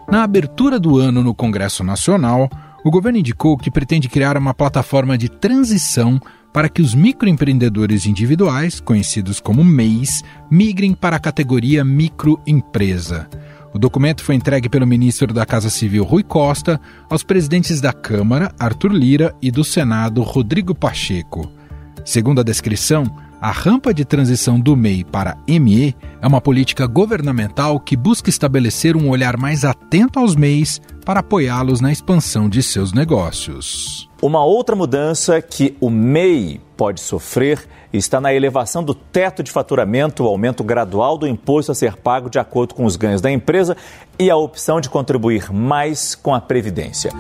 Na abertura do ano no Congresso Nacional, o governo indicou que pretende criar uma plataforma de transição para que os microempreendedores individuais, conhecidos como MEIs, migrem para a categoria microempresa. O documento foi entregue pelo ministro da Casa Civil, Rui Costa, aos presidentes da Câmara, Arthur Lira, e do Senado, Rodrigo Pacheco. Segundo a descrição, a rampa de transição do MEI para ME é uma política governamental que busca estabelecer um olhar mais atento aos MEIs para apoiá-los na expansão de seus negócios. Uma outra mudança que o MEI pode sofrer está na elevação do teto de faturamento, o aumento gradual do imposto a ser pago de acordo com os ganhos da empresa e a opção de contribuir mais com a Previdência.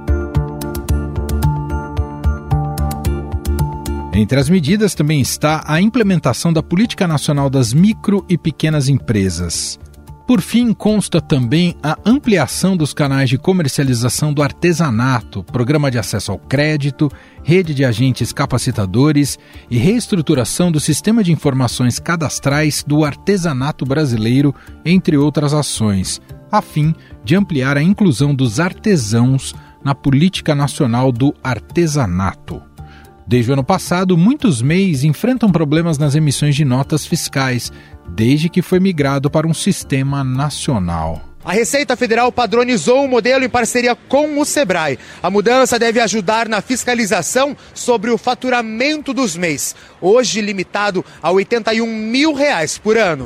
Entre as medidas também está a implementação da Política Nacional das Micro e Pequenas Empresas. Por fim, consta também a ampliação dos canais de comercialização do artesanato, programa de acesso ao crédito, rede de agentes capacitadores e reestruturação do sistema de informações cadastrais do artesanato brasileiro, entre outras ações, a fim de ampliar a inclusão dos artesãos na Política Nacional do Artesanato. Desde o ano passado, muitos MEIs enfrentam problemas nas emissões de notas fiscais, desde que foi migrado para um sistema nacional. A Receita Federal padronizou o modelo em parceria com o Sebrae. A mudança deve ajudar na fiscalização sobre o faturamento dos MEIs, hoje limitado a R$ 81 mil por ano.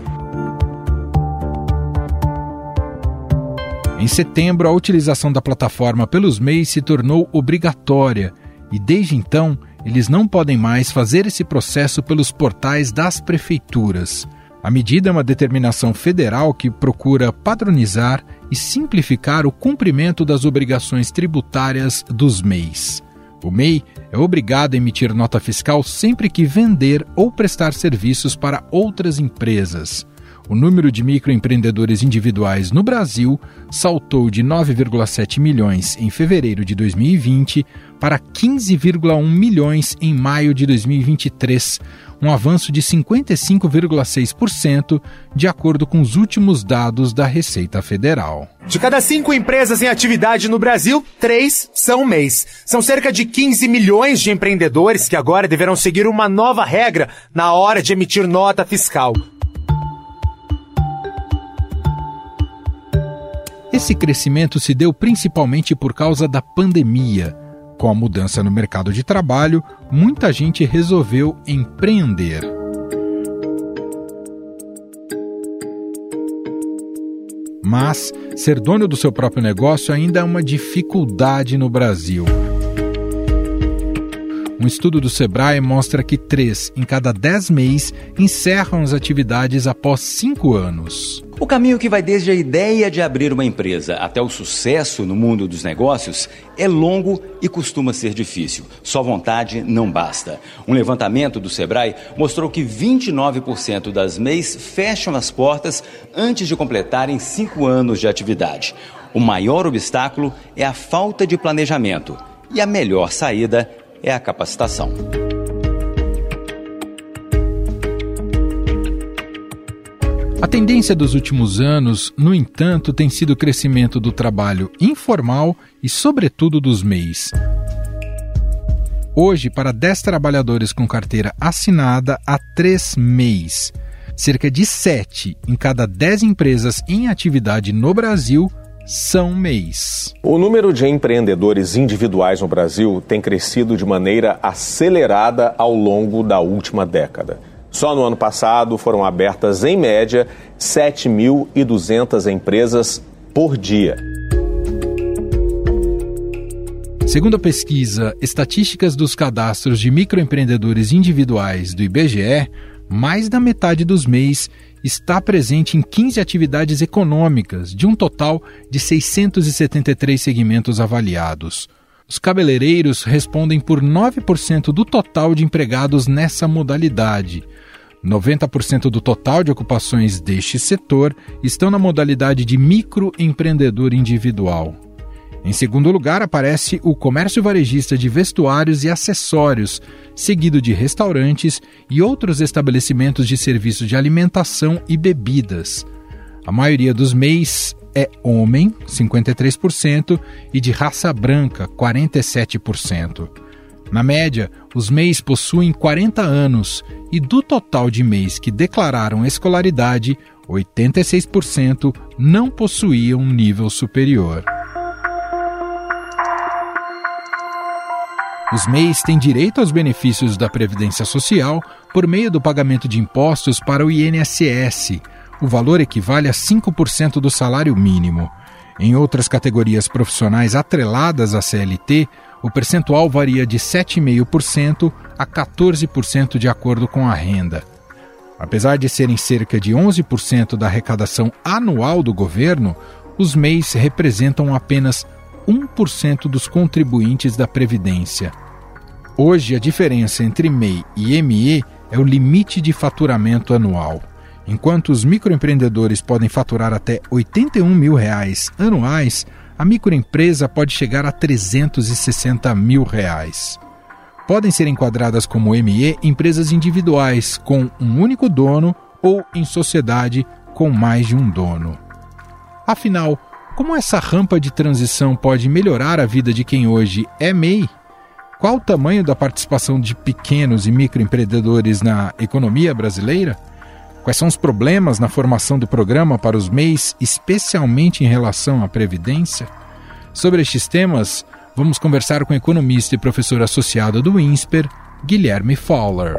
Em setembro, a utilização da plataforma pelos MEIs se tornou obrigatória e, desde então, eles não podem mais fazer esse processo pelos portais das prefeituras. A medida é uma determinação federal que procura padronizar e simplificar o cumprimento das obrigações tributárias dos MEIs. O MEI é obrigado a emitir nota fiscal sempre que vender ou prestar serviços para outras empresas. O número de microempreendedores individuais no Brasil saltou de 9,7 milhões em fevereiro de 2020 para 15,1 milhões em maio de 2023, um avanço de 55,6%, de acordo com os últimos dados da Receita Federal. De cada 5 empresas em atividade no Brasil, 3 são MEIs. São cerca de 15 milhões de empreendedores que agora deverão seguir uma nova regra na hora de emitir nota fiscal. Esse crescimento se deu principalmente por causa da pandemia. Com a mudança no mercado de trabalho, muita gente resolveu empreender. Mas ser dono do seu próprio negócio ainda é uma dificuldade no Brasil. Um estudo do Sebrae mostra que 3 em cada 10 MEIs encerram as atividades após 5 anos. O caminho que vai desde a ideia de abrir uma empresa até o sucesso no mundo dos negócios é longo e costuma ser difícil. Só vontade não basta. Um levantamento do Sebrae mostrou que 29% das MEIs fecham as portas antes de completarem 5 anos de atividade. O maior obstáculo é a falta de planejamento e a melhor saída é a capacitação. A tendência dos últimos anos, no entanto, tem sido o crescimento do trabalho informal e, sobretudo, dos MEIs. Hoje, para 10 trabalhadores com carteira assinada, há 3 MEIs. Cerca de 7 em cada 10 empresas em atividade no Brasil são MEIs. O número de empreendedores individuais no Brasil tem crescido de maneira acelerada ao longo da última década. Só no ano passado foram abertas, em média, 7.200 empresas por dia. Segundo a pesquisa Estatísticas dos Cadastros de Microempreendedores Individuais do IBGE, mais da metade dos MEIs está presente em 15 atividades econômicas, de um total de 673 segmentos avaliados. Os cabeleireiros respondem por 9% do total de empregados nessa modalidade. 90% do total de ocupações deste setor estão na modalidade de microempreendedor individual. Em segundo lugar, aparece o comércio varejista de vestuários e acessórios, seguido de restaurantes e outros estabelecimentos de serviços de alimentação e bebidas. A maioria dos MEIs é homem, 53%, e de raça branca, 47%. Na média, os MEIs possuem 40 anos e do total de MEIs que declararam escolaridade, 86% não possuíam nível superior. Os MEIs têm direito aos benefícios da Previdência Social por meio do pagamento de impostos para o INSS. O valor equivale a 5% do salário mínimo. Em outras categorias profissionais atreladas à CLT, o percentual varia de 7,5% a 14% de acordo com a renda. Apesar de serem cerca de 11% da arrecadação anual do governo, os MEIs representam apenas 1% dos contribuintes da Previdência. Hoje, a diferença entre MEI e ME é o limite de faturamento anual. Enquanto os microempreendedores podem faturar até R$ 81 mil anuais, a microempresa pode chegar a R$ 360 mil. Podem ser enquadradas como ME empresas individuais com um único dono ou em sociedade com mais de um dono. Afinal, como essa rampa de transição pode melhorar a vida de quem hoje é MEI? Qual o tamanho da participação de pequenos e microempreendedores na economia brasileira? Quais são os problemas na formação do programa para os MEIs, especialmente em relação à Previdência? Sobre estes temas, vamos conversar com o economista e professor associado do INSPER, Guilherme Fowler.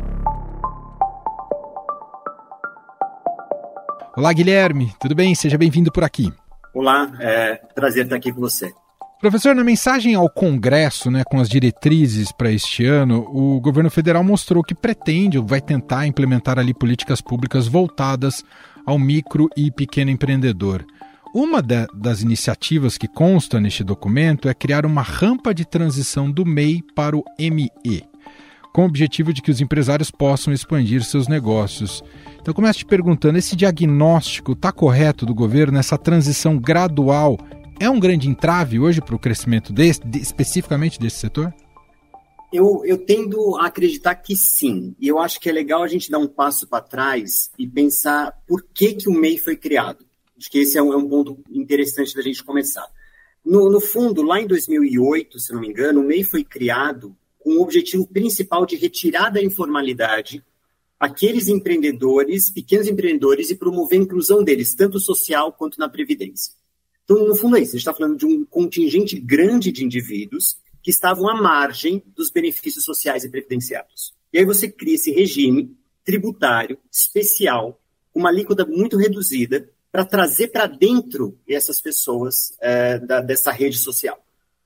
Olá, Guilherme, tudo bem? Seja bem-vindo por aqui. Olá, prazer estar aqui com você. Professor, na mensagem ao Congresso, com as diretrizes para este ano, o governo federal mostrou que pretende ou vai tentar implementar ali políticas públicas voltadas ao micro e pequeno empreendedor. Uma das iniciativas que consta neste documento é criar uma rampa de transição do MEI para o ME, com o objetivo de que os empresários possam expandir seus negócios. Então, começo te perguntando, esse diagnóstico está correto do governo nessa transição gradual? É um grande entrave hoje para o crescimento especificamente desse setor? Eu tendo a acreditar que sim. E eu acho que é legal a gente dar um passo para trás e pensar por que o MEI foi criado. Acho que esse é um ponto interessante da gente começar. No fundo, lá em 2008, se não me engano, o MEI foi criado com o objetivo principal de retirar da informalidade aqueles empreendedores, pequenos empreendedores, e promover a inclusão deles, tanto social quanto na Previdência. Então, no fundo é isso, a gente está falando de um contingente grande de indivíduos que estavam à margem dos benefícios sociais e previdenciários. E aí você cria esse regime tributário especial, com uma alíquota muito reduzida, para trazer para dentro essas pessoas dessa rede social.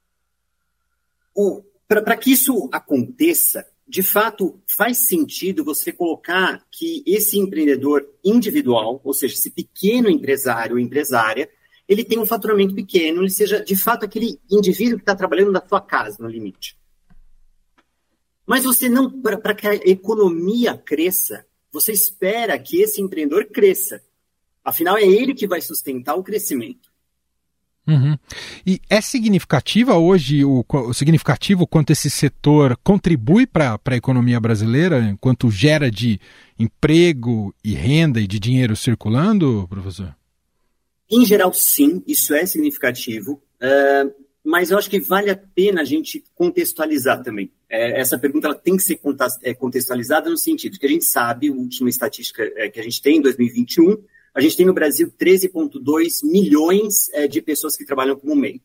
Para que isso aconteça, de fato, faz sentido você colocar que esse empreendedor individual, ou seja, esse pequeno empresário ou empresária, ele tem um faturamento pequeno, ele seja, de fato, aquele indivíduo que está trabalhando na sua casa, no limite. Mas você não, para que a economia cresça, você espera que esse empreendedor cresça. Afinal, é ele que vai sustentar o crescimento. Uhum. E é significativa hoje, significativo quanto esse setor contribui para a economia brasileira, quanto gera de emprego e renda e de dinheiro circulando, professor? Em geral, sim, isso é significativo, mas eu acho que vale a pena a gente contextualizar também. Essa pergunta ela tem que ser contextualizada no sentido que a gente sabe, a última estatística que a gente tem em 2021, a gente tem no Brasil 13,2 milhões de pessoas que trabalham como MEI.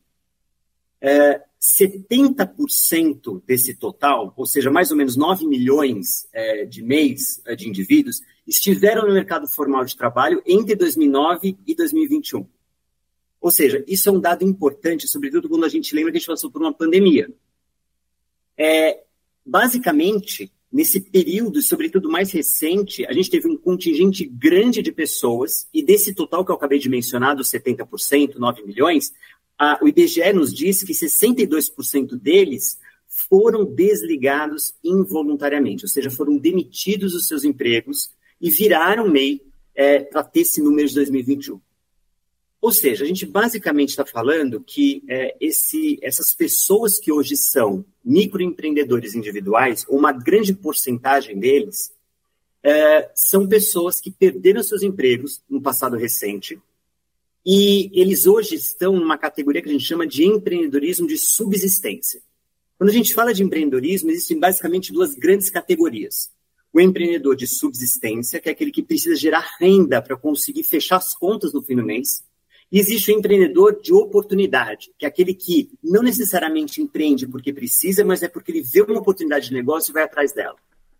70% desse total, ou seja, mais ou menos 9 milhões de MEIs, de indivíduos, estiveram no mercado formal de trabalho entre 2009 e 2021. Ou seja, isso é um dado importante, sobretudo quando a gente lembra que a gente passou por uma pandemia. Basicamente, nesse período, sobretudo mais recente, a gente teve um contingente grande de pessoas, e desse total que eu acabei de mencionar, dos 70%, 9 milhões, o IBGE nos diz que 62% deles foram desligados involuntariamente, ou seja, foram demitidos dos seus empregos e viraram MEI para ter esse número de 2021. Ou seja, a gente basicamente está falando que essas pessoas que hoje são microempreendedores individuais, uma grande porcentagem deles, são pessoas que perderam seus empregos no passado recente, E eles hoje estão numa categoria que a gente chama de empreendedorismo de subsistência. Quando a gente fala de empreendedorismo, existem basicamente duas grandes categorias. O empreendedor de subsistência, que é aquele que precisa gerar renda para conseguir fechar as contas no fim do mês. E existe o empreendedor de oportunidade, que é aquele que não necessariamente empreende porque precisa, mas é porque ele vê uma oportunidade de negócio e vai atrás dela.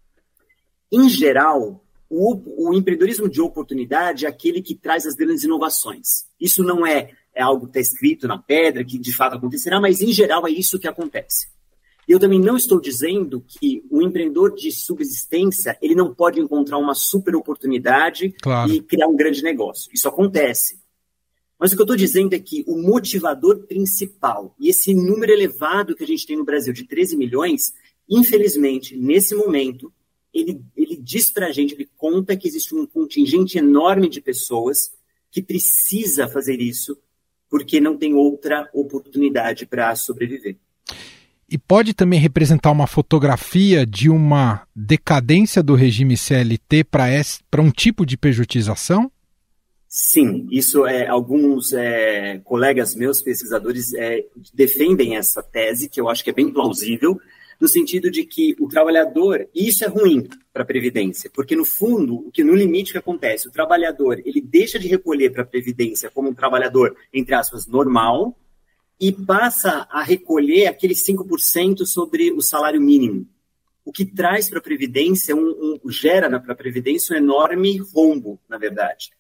Em geral, o empreendedorismo de oportunidade é aquele que traz as grandes inovações. Isso não é algo que está escrito na pedra, que de fato acontecerá, mas em geral é isso que acontece. Eu também não estou dizendo que o empreendedor de subsistência ele não pode encontrar uma super oportunidade e criar um grande negócio. Isso acontece. Mas o que eu estou dizendo é que o motivador principal e esse número elevado que a gente tem no Brasil de 13 milhões, infelizmente, nesse momento, ele diz para a gente, ele conta que existe um contingente enorme de pessoas que precisa fazer isso porque não tem outra oportunidade para sobreviver. E pode também representar uma fotografia de uma decadência do regime CLT para um tipo de pejotização? Sim, isso alguns colegas meus, pesquisadores, defendem essa tese, que eu acho que é bem plausível, no sentido de que o trabalhador, e isso é ruim para a Previdência, porque no fundo, no limite que acontece, o trabalhador ele deixa de recolher para a Previdência como um trabalhador, entre aspas, normal, e passa a recolher aqueles 5% sobre o salário mínimo, o que traz para a Previdência, gera para a Previdência um enorme rombo, na verdade.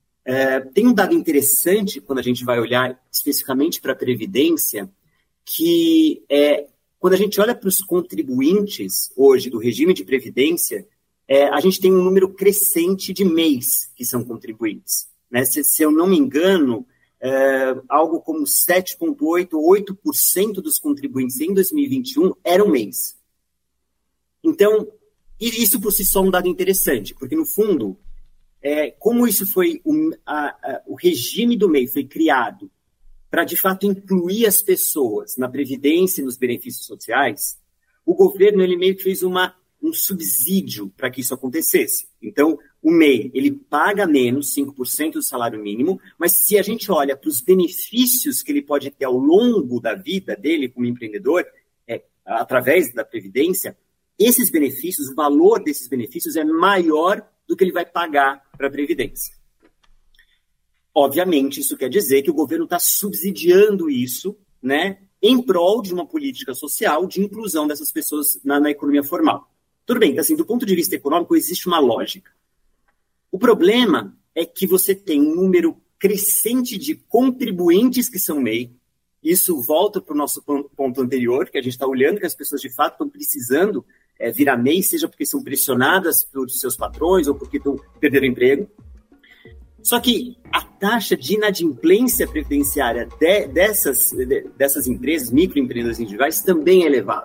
Tem um dado interessante, quando a gente vai olhar especificamente para a Previdência, que quando a gente olha para os contribuintes hoje do regime de Previdência, a gente tem um número crescente de MEIs que são contribuintes. Né? Se eu não me engano, algo como 7,8% ou 8% dos contribuintes em 2021 eram MEIs. Então, isso por si só é um dado interessante, porque no fundo, como isso foi, o regime do MEI foi criado para, de fato, incluir as pessoas na Previdência e nos benefícios sociais, o governo ele meio que fez um subsídio para que isso acontecesse. Então, o MEI, ele paga menos, 5% do salário mínimo, mas se a gente olha para os benefícios que ele pode ter ao longo da vida dele como empreendedor, através da Previdência, esses benefícios, o valor desses benefícios é maior do que ele vai pagar para a Previdência. Obviamente, isso quer dizer que o governo está subsidiando isso, né, em prol de uma política social de inclusão dessas pessoas na economia formal. Tudo bem, assim, do ponto de vista econômico, existe uma lógica. O problema é que você tem um número crescente de contribuintes que são MEI. Isso volta para o nosso ponto anterior, que a gente está olhando que as pessoas, de fato, estão precisando virar MEI, seja porque são pressionadas por seus patrões ou porque estão perdendo emprego. Só que a taxa de inadimplência previdenciária dessas empresas, microempreendedores individuais, também é elevada.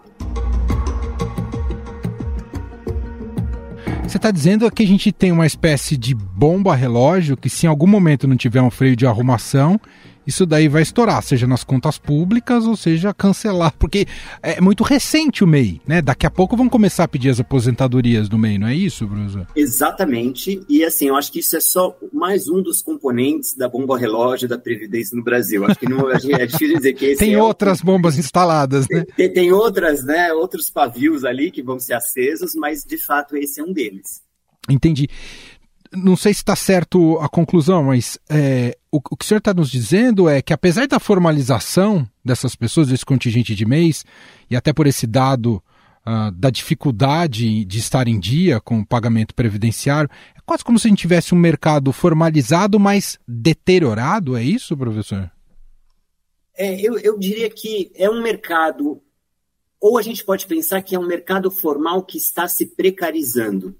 Você está dizendo que a gente tem uma espécie de bomba-relógio que, se em algum momento não tiver um freio de arrumação, isso daí vai estourar, seja nas contas públicas ou seja cancelar, porque é muito recente o MEI, né? Daqui a pouco vão começar a pedir as aposentadorias do MEI, não é isso, Brusa? Exatamente, e assim, eu acho que isso é só mais um dos componentes da bomba-relógio da Previdência no Brasil. Acho que é difícil dizer que esse tem outras bombas instaladas, né? Tem outras, né? Outros pavios ali que vão ser acesos, mas de fato esse é um deles. Entendi. Não sei se está certo a conclusão, mas o que o senhor está nos dizendo é que, apesar da formalização dessas pessoas, desse contingente de MEIs, e até por esse dado da dificuldade de estar em dia com o pagamento previdenciário, é quase como se a gente tivesse um mercado formalizado, mas deteriorado, é isso, professor? Eu diria que é um mercado, ou a gente pode pensar que é um mercado formal que está se precarizando.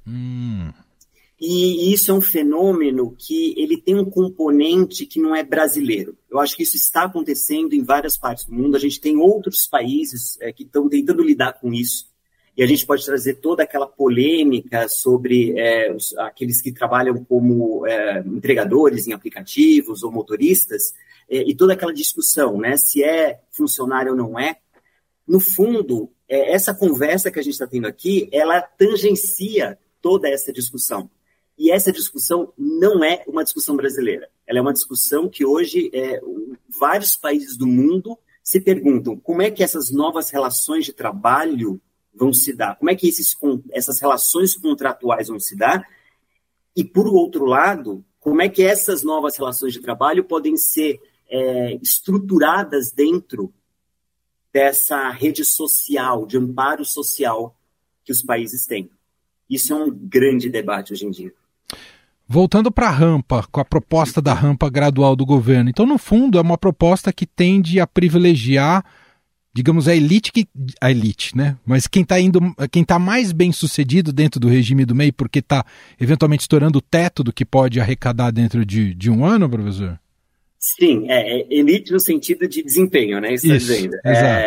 E isso é um fenômeno que ele tem um componente que não é brasileiro. Eu acho que isso está acontecendo em várias partes do mundo. A gente tem outros países que estão tentando lidar com isso. E a gente pode trazer toda aquela polêmica sobre aqueles que trabalham como entregadores em aplicativos ou motoristas, e toda aquela discussão, né, se é funcionário ou não é. No fundo, essa conversa que a gente está tendo aqui, ela tangencia toda essa discussão. E essa discussão não é uma discussão brasileira. Ela é uma discussão que hoje vários países do mundo se perguntam como é que essas novas relações de trabalho vão se dar, como é que essas relações contratuais vão se dar, e, por outro lado, como é que essas novas relações de trabalho podem ser estruturadas dentro dessa rede social, de amparo social que os países têm. Isso é um grande debate hoje em dia. Voltando para a rampa, com a proposta da rampa gradual do governo. Então, no fundo, é uma proposta que tende a privilegiar, digamos, a elite, né? Mas quem está mais bem sucedido dentro do regime do MEI, porque está eventualmente estourando o teto do que pode arrecadar dentro de um ano, professor? Sim, elite no sentido de desempenho, né? Isso está dizendo.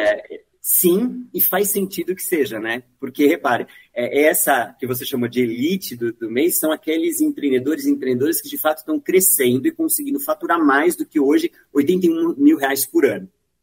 Sim, e faz sentido que seja, né? Porque, repare, essa que você chamou de elite do MEI são aqueles empreendedores e empreendedoras que, de fato, estão crescendo e conseguindo faturar mais do que hoje, R$81 mil por ano.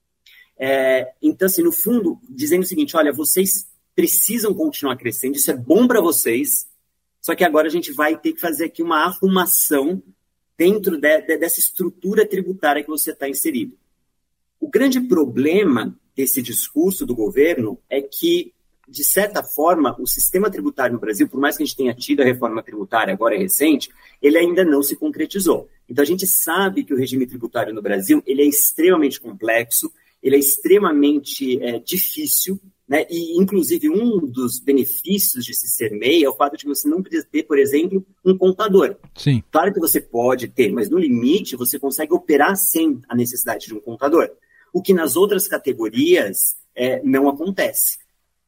Então, assim, no fundo, dizendo o seguinte, olha, vocês precisam continuar crescendo, isso é bom para vocês, só que agora a gente vai ter que fazer aqui uma arrumação dentro dessa estrutura tributária que você está inserido. O grande problema desse discurso do governo é que, de certa forma, o sistema tributário no Brasil, por mais que a gente tenha tido a reforma tributária, agora é recente, ele ainda não se concretizou. Então, a gente sabe que o regime tributário no Brasil ele é extremamente complexo, ele é extremamente difícil, né? E, inclusive, um dos benefícios de se ser MEI é o fato de que você não precisa ter, por exemplo, um contador. Sim. Claro que você pode ter, mas, no limite, você consegue operar sem a necessidade de um contador. O que nas outras categorias não acontece.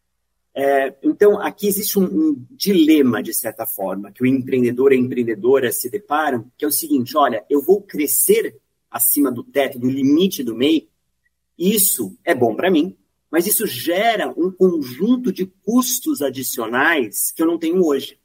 Então, aqui existe um dilema, de certa forma, que o empreendedor e a empreendedora se deparam, que é o seguinte, olha, eu vou crescer acima do teto, do limite do MEI, isso é bom para mim, mas isso gera um conjunto de custos adicionais que eu não tenho hoje.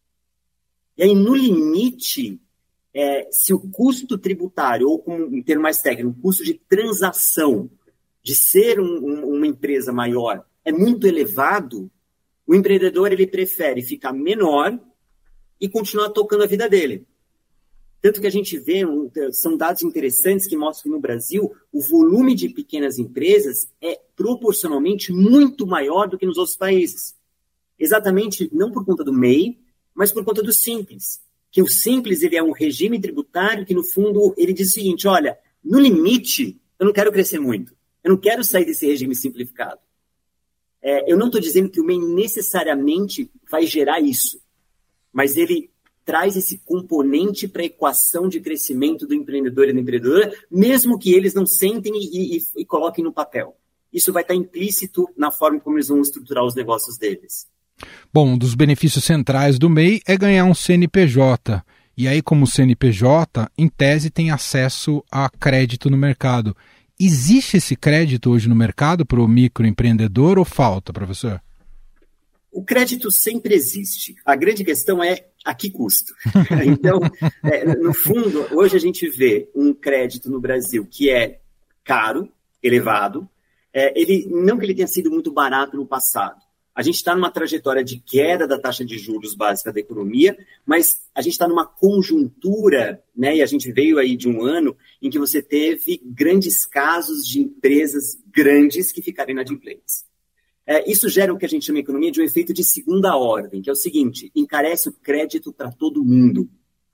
E aí, no limite, se o custo tributário, ou em termo mais técnico, o custo de transação de ser uma empresa maior é muito elevado, o empreendedor ele prefere ficar menor e continuar tocando a vida dele. Tanto que a gente vê, são dados interessantes que mostram que no Brasil o volume de pequenas empresas é proporcionalmente muito maior do que nos outros países. Exatamente não por conta do MEI, mas por conta do Simples. Que o Simples ele é um regime tributário que, no fundo, ele diz o seguinte, olha, no limite, eu não quero crescer muito. Eu não quero sair desse regime simplificado. Eu não estou dizendo que o MEI necessariamente vai gerar isso, mas ele traz esse componente para a equação de crescimento do empreendedor e da empreendedora, mesmo que eles não sentem e coloquem no papel. Isso vai estar implícito na forma como eles vão estruturar os negócios deles. Bom, um dos benefícios centrais do MEI é ganhar um CNPJ. E aí, como CNPJ, em tese, tem acesso a crédito no mercado. Existe esse crédito hoje no mercado para o microempreendedor ou falta, professor? O crédito sempre existe. A grande questão é a que custo. Então, no fundo, hoje a gente vê um crédito no Brasil que é caro, elevado. Não que ele tenha sido muito barato no passado. A gente está numa trajetória de queda da taxa de juros básica da economia, mas a gente está numa conjuntura, né, e a gente veio aí de um ano em que você teve grandes casos de empresas grandes que ficaram inadimplentes. Isso gera o que a gente chama em economia de um efeito de segunda ordem, que é o seguinte, encarece o crédito para todo mundo.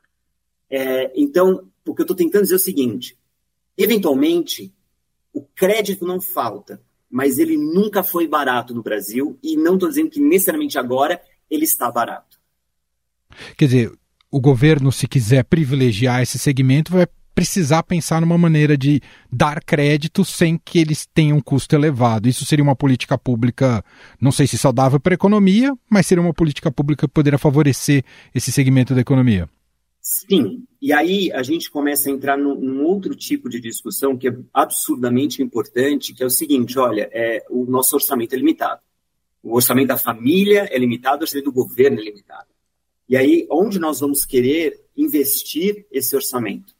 Então, o que eu estou tentando dizer é o seguinte, eventualmente, o crédito não falta, mas ele nunca foi barato no Brasil e não estou dizendo que necessariamente agora ele está barato. Quer dizer, o governo, se quiser privilegiar esse segmento, vai precisar pensar numa maneira de dar crédito sem que eles tenham um custo elevado. Isso seria uma política pública, não sei se saudável para a economia, mas seria uma política pública que poderia favorecer esse segmento da economia. Sim, e aí a gente começa a entrar num outro tipo de discussão que é absurdamente importante, que é o seguinte, olha, o nosso orçamento é limitado. O orçamento da família é limitado, o orçamento do governo é limitado. E aí, onde nós vamos querer investir esse orçamento?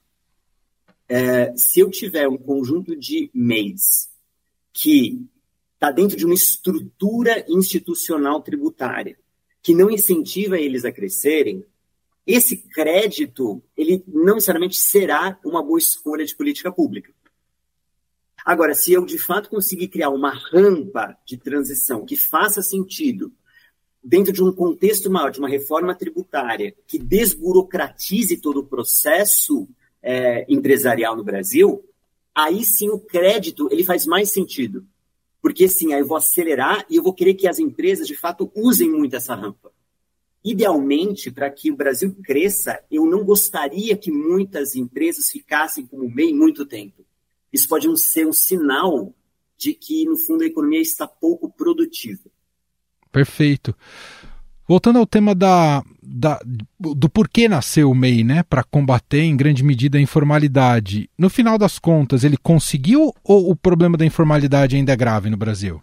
Se eu tiver um conjunto de MEIs que está dentro de uma estrutura institucional tributária que não incentiva eles a crescerem, esse crédito, ele não necessariamente será uma boa escolha de política pública. Agora, se eu de fato conseguir criar uma rampa de transição que faça sentido dentro de um contexto maior, de uma reforma tributária, que desburocratize todo o processo empresarial no Brasil, aí sim o crédito ele faz mais sentido. Porque sim, aí eu vou acelerar e eu vou querer que as empresas de fato usem muito essa rampa. Idealmente, para que o Brasil cresça, eu não gostaria que muitas empresas ficassem como MEI muito tempo. Isso pode ser um sinal de que, no fundo, a economia está pouco produtiva. Perfeito. Voltando ao tema do porquê nasceu o MEI, né, para combater em grande medida a informalidade. No final das contas, ele conseguiu ou o problema da informalidade ainda é grave no Brasil?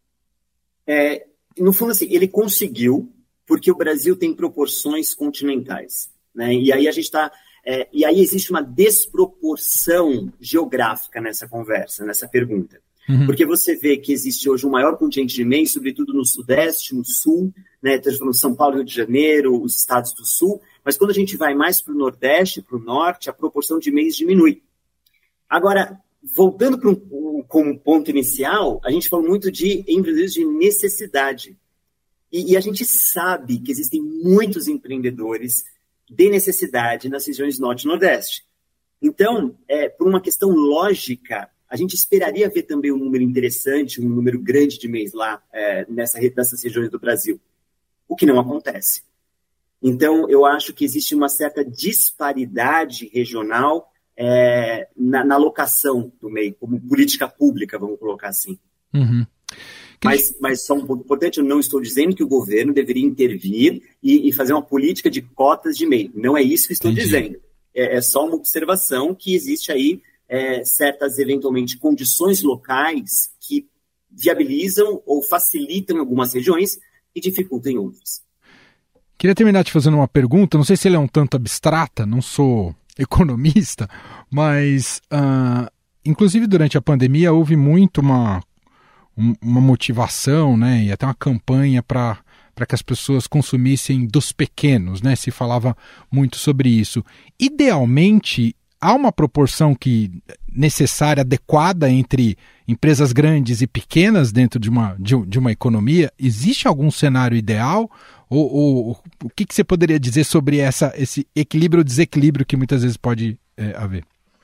No fundo, assim, ele conseguiu, porque o Brasil tem proporções continentais, né? E aí a gente está... e aí existe uma desproporção geográfica nessa conversa, nessa pergunta. Porque você vê que existe hoje um maior contingente de MEIs, sobretudo no Sudeste, no Sul, né? Estamos falando São Paulo, Rio de Janeiro, os estados do Sul, mas quando a gente vai mais para o Nordeste, para o Norte, a proporção de MEIs diminui. Agora, voltando como ponto inicial, a gente falou muito de empreendedores de necessidade. E a gente sabe que existem muitos empreendedores de necessidade nas regiões Norte e Nordeste. Então, por uma questão lógica, a gente esperaria ver também um número interessante, um número grande de MEIs lá nessas regiões do Brasil, o que não acontece. Então, eu acho que existe uma certa disparidade regional na alocação do MEI, como política pública, vamos colocar assim. Mas só um ponto importante, eu não estou dizendo que o governo deveria intervir e fazer uma política de cotas de MEI. Não é isso que estou dizendo. É só uma observação que existe aí certas, eventualmente, condições locais que viabilizam ou facilitam algumas regiões e dificultam em outras. Queria terminar te fazendo uma pergunta, não sei se ela é um tanto abstrata, não sou economista, mas, inclusive durante a pandemia, houve muito uma motivação, né, e até uma campanha para que as pessoas consumissem dos pequenos, né? Se falava muito sobre isso. Idealmente, há uma proporção necessária, adequada entre empresas grandes e pequenas dentro de uma economia? Existe algum cenário ideal? Ou o que você poderia dizer sobre esse equilíbrio ou desequilíbrio que muitas vezes pode haver?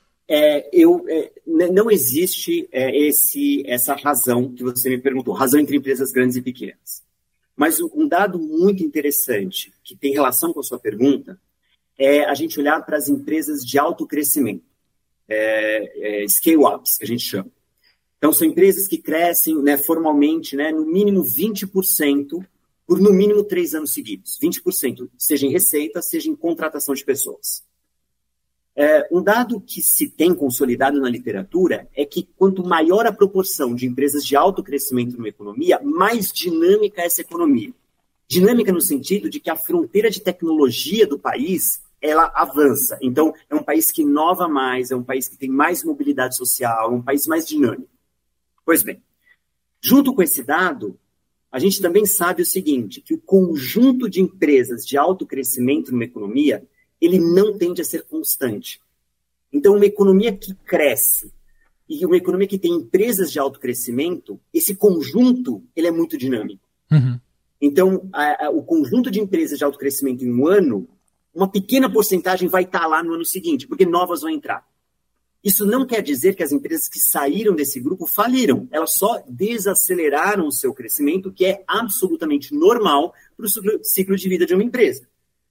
Não existe essa razão que você me perguntou, razão entre empresas grandes e pequenas. Mas um dado muito interessante que tem relação com a sua pergunta é a gente olhar para as empresas de alto crescimento, scale-ups, que a gente chama. Então, são empresas que crescem, né, formalmente, né, no mínimo 20% por no mínimo 3 anos seguidos. 20%, seja em receita, seja em contratação de pessoas. Um dado que se tem consolidado na literatura é que quanto maior a proporção de empresas de alto crescimento numa economia, mais dinâmica é essa economia. Dinâmica no sentido de que a fronteira de tecnologia do país, ela avança. Então, é um país que inova mais, é um país que tem mais mobilidade social, é um país mais dinâmico. Pois bem, junto com esse dado, a gente também sabe o seguinte, que o conjunto de empresas de alto crescimento numa economia, ele não tende a ser constante. Então, uma economia que cresce e uma economia que tem empresas de alto crescimento, esse conjunto ele é muito dinâmico. Então, o conjunto de empresas de alto crescimento em um ano, uma pequena porcentagem vai estar lá no ano seguinte, porque novas vão entrar. Isso não quer dizer que as empresas que saíram desse grupo faliram. Elas só desaceleraram o seu crescimento, que é absolutamente normal para o ciclo de vida de uma empresa.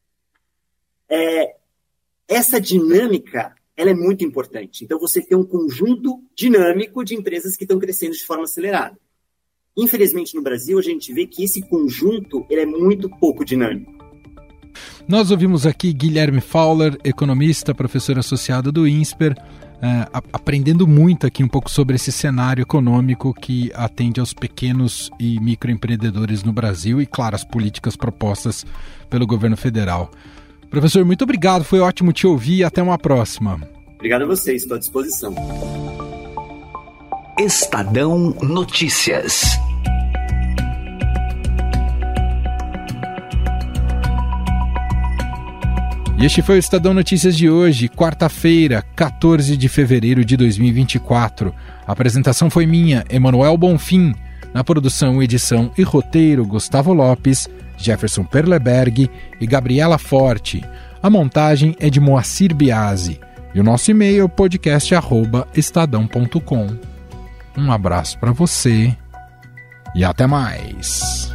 Essa dinâmica ela é muito importante. Então, você tem um conjunto dinâmico de empresas que estão crescendo de forma acelerada. Infelizmente, no Brasil, a gente vê que esse conjunto ele é muito pouco dinâmico. Nós ouvimos aqui Guilherme Fauler, economista, professor associado do INSPER, aprendendo muito aqui um pouco sobre esse cenário econômico que atende aos pequenos e microempreendedores no Brasil e, claro, as políticas propostas pelo governo federal. Professor, muito obrigado, foi ótimo te ouvir e até uma próxima. Obrigado a vocês, estou à disposição. Estadão Notícias. E este foi o Estadão Notícias de hoje, quarta-feira, 14 de fevereiro de 2024. A apresentação foi minha, Emanuel Bonfim. Na produção, edição e roteiro, Gustavo Lopes, Jefferson Perleberg e Gabriela Forte. A montagem é de Moacir Biasi. E o nosso e-mail é podcast@estadão.com. Um abraço para você e até mais.